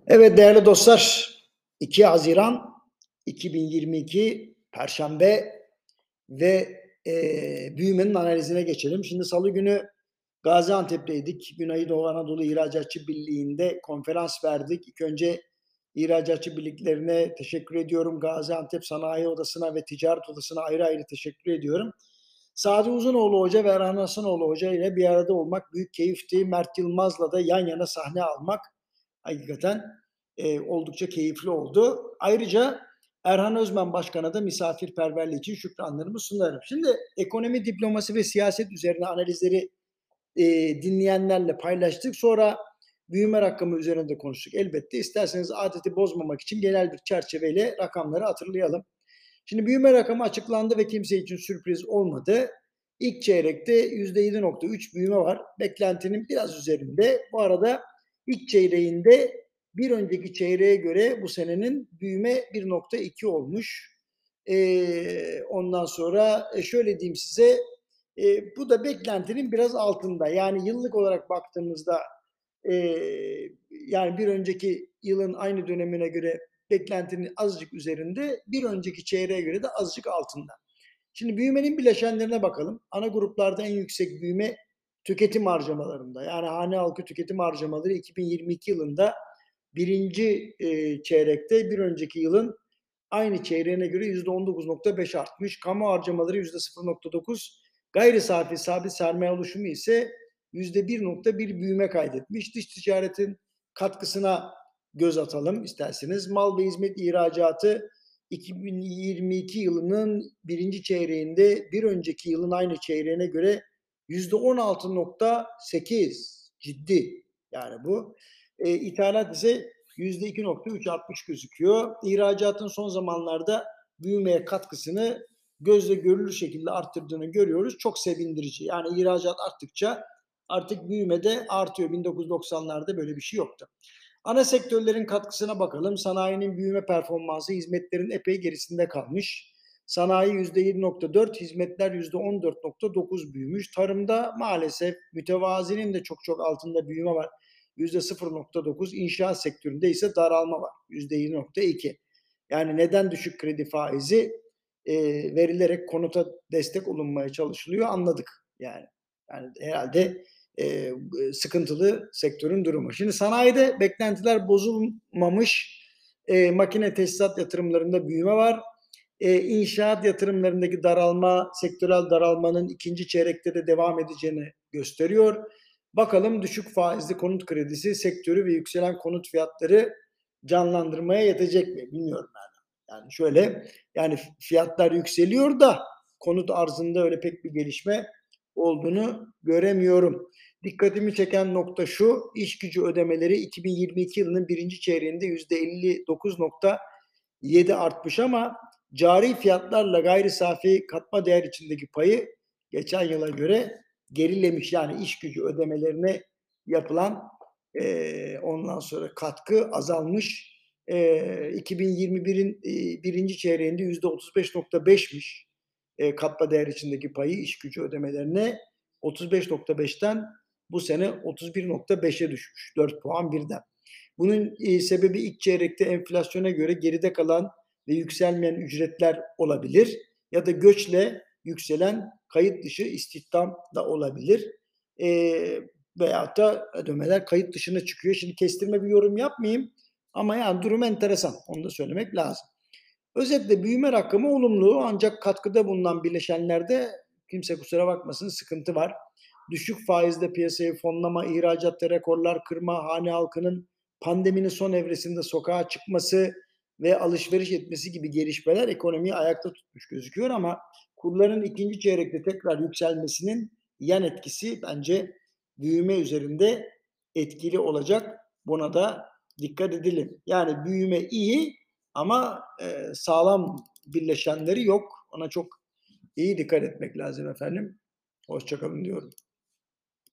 Evet değerli dostlar, 2 Haziran 2022 Perşembe ve büyümenin analizine geçelim. Şimdi Salı günü Gaziantep'teydik. Güneydoğu Anadolu İhracatçı Birliği'nde konferans verdik. İlk önce ihracatçı birliklerine teşekkür ediyorum. Gaziantep Sanayi Odası'na ve Ticaret Odası'na ayrı ayrı teşekkür ediyorum. Sadi Uzunoğlu Hoca ve Erhan Hasanoğlu Hoca ile bir arada olmak büyük keyifti. Mert Yılmaz'la da yan yana sahne almak hakikaten oldukça keyifli oldu. Ayrıca Erhan Özmen Başkan'a da misafirperverliği için şükranlarımı sunarım. Şimdi ekonomi, diplomasi ve siyaset üzerine analizleri dinleyenlerle paylaştık. Sonra büyüme rakamı üzerinde konuştuk. Elbette isterseniz adeti bozmamak için genel bir çerçeveyle rakamları hatırlayalım. Şimdi büyüme rakamı açıklandı ve kimse için sürpriz olmadı. İlk çeyrekte %7,3 büyüme var. Beklentinin biraz üzerinde. Bu arada ilk çeyreğinde bir önceki çeyreğe göre bu senenin büyüme 1,2 olmuş. Ondan sonra şöyle diyeyim size, bu da beklentinin biraz altında. Yani yıllık olarak baktığımızda yani bir önceki yılın aynı dönemine göre beklentinin azıcık üzerinde, bir önceki çeyreğe göre de azıcık altında. Şimdi büyümenin bileşenlerine bakalım. Ana gruplarda en yüksek büyüme tüketim harcamalarında. Yani hane halkı tüketim harcamaları 2022 yılında birinci çeyrekte bir önceki yılın aynı çeyreğine göre %19,5 artmış. Kamu harcamaları %0,9, gayri safi sabit sermaye oluşumu ise %1,1 büyüme kaydetmiş. Dış ticaretin katkısına göz atalım isterseniz. Mal ve hizmet ihracatı 2022 yılının birinci çeyreğinde bir önceki yılın aynı çeyreğine göre %16,8, ciddi yani bu. İthalat ise %2,3 artmış gözüküyor. İhracatın son zamanlarda büyümeye katkısını gözle görülür şekilde arttırdığını görüyoruz. Çok sevindirici. Yani ihracat arttıkça artık büyüme de artıyor. 1990'larda böyle bir şey yoktu. Ana sektörlerin katkısına bakalım. Sanayinin büyüme performansı hizmetlerin epey gerisinde kalmış. Sanayi %7,4, hizmetler %14,9 büyümüş. Tarımda maalesef mütevazinin de çok altında büyüme var. %0,9, inşaat sektöründe ise daralma var. %7,2. Yani neden düşük kredi faizi verilerek konuta destek olunmaya çalışılıyor anladık yani. Yani herhalde sıkıntılı sektörün durumu. Şimdi sanayide beklentiler bozulmamış. Makine tesisat yatırımlarında büyüme var. İnşaat yatırımlarındaki daralma, sektörel daralmanın ikinci çeyrekte de devam edeceğini gösteriyor. Bakalım düşük faizli konut kredisi sektörü ve yükselen konut fiyatları canlandırmaya yetecek mi? Bilmiyorum yani. Yani şöyle, yani fiyatlar yükseliyor da konut arzında öyle pek bir gelişme olduğunu göremiyorum. Dikkatimi çeken nokta şu: iş gücü ödemeleri 2022 yılının birinci çeyreğinde %59,7 artmış ama cari fiyatlarla gayri safi katma değer içindeki payı geçen yıla göre gerilemiş. Yani iş gücü ödemelerine yapılan ondan sonra katkı azalmış. 2021'in birinci çeyreğinde %35,5'miş katma değer içindeki payı iş gücü ödemelerine. 35,5'ten bu sene 31,5'e düşmüş. 4 puan birden. Bunun sebebi ilk çeyrekte enflasyona göre geride kalan ve yükselmeyen ücretler olabilir ya da göçle yükselen kayıt dışı istihdam da olabilir. Veyahut da ödemeler kayıt dışına çıkıyor. Şimdi kestirme bir yorum yapmayayım ama yani durum enteresan. Onu da söylemek lazım. Özetle büyüme rakamı olumlu, ancak katkıda bulunan bileşenlerde kimse kusura bakmasın sıkıntı var. Düşük faizle piyasayı fonlama, ihracatta rekorlar kırma, hane halkının pandeminin son evresinde sokağa çıkması ve alışveriş etmesi gibi gelişmeler ekonomiyi ayakta tutmuş gözüküyor ama kurların ikinci çeyrekte tekrar yükselmesinin yan etkisi bence büyüme üzerinde etkili olacak. Buna da dikkat edelim. Yani büyüme iyi ama sağlam birleşenleri yok. Ona çok iyi dikkat etmek lazım efendim. Hoşça kalın diyorum.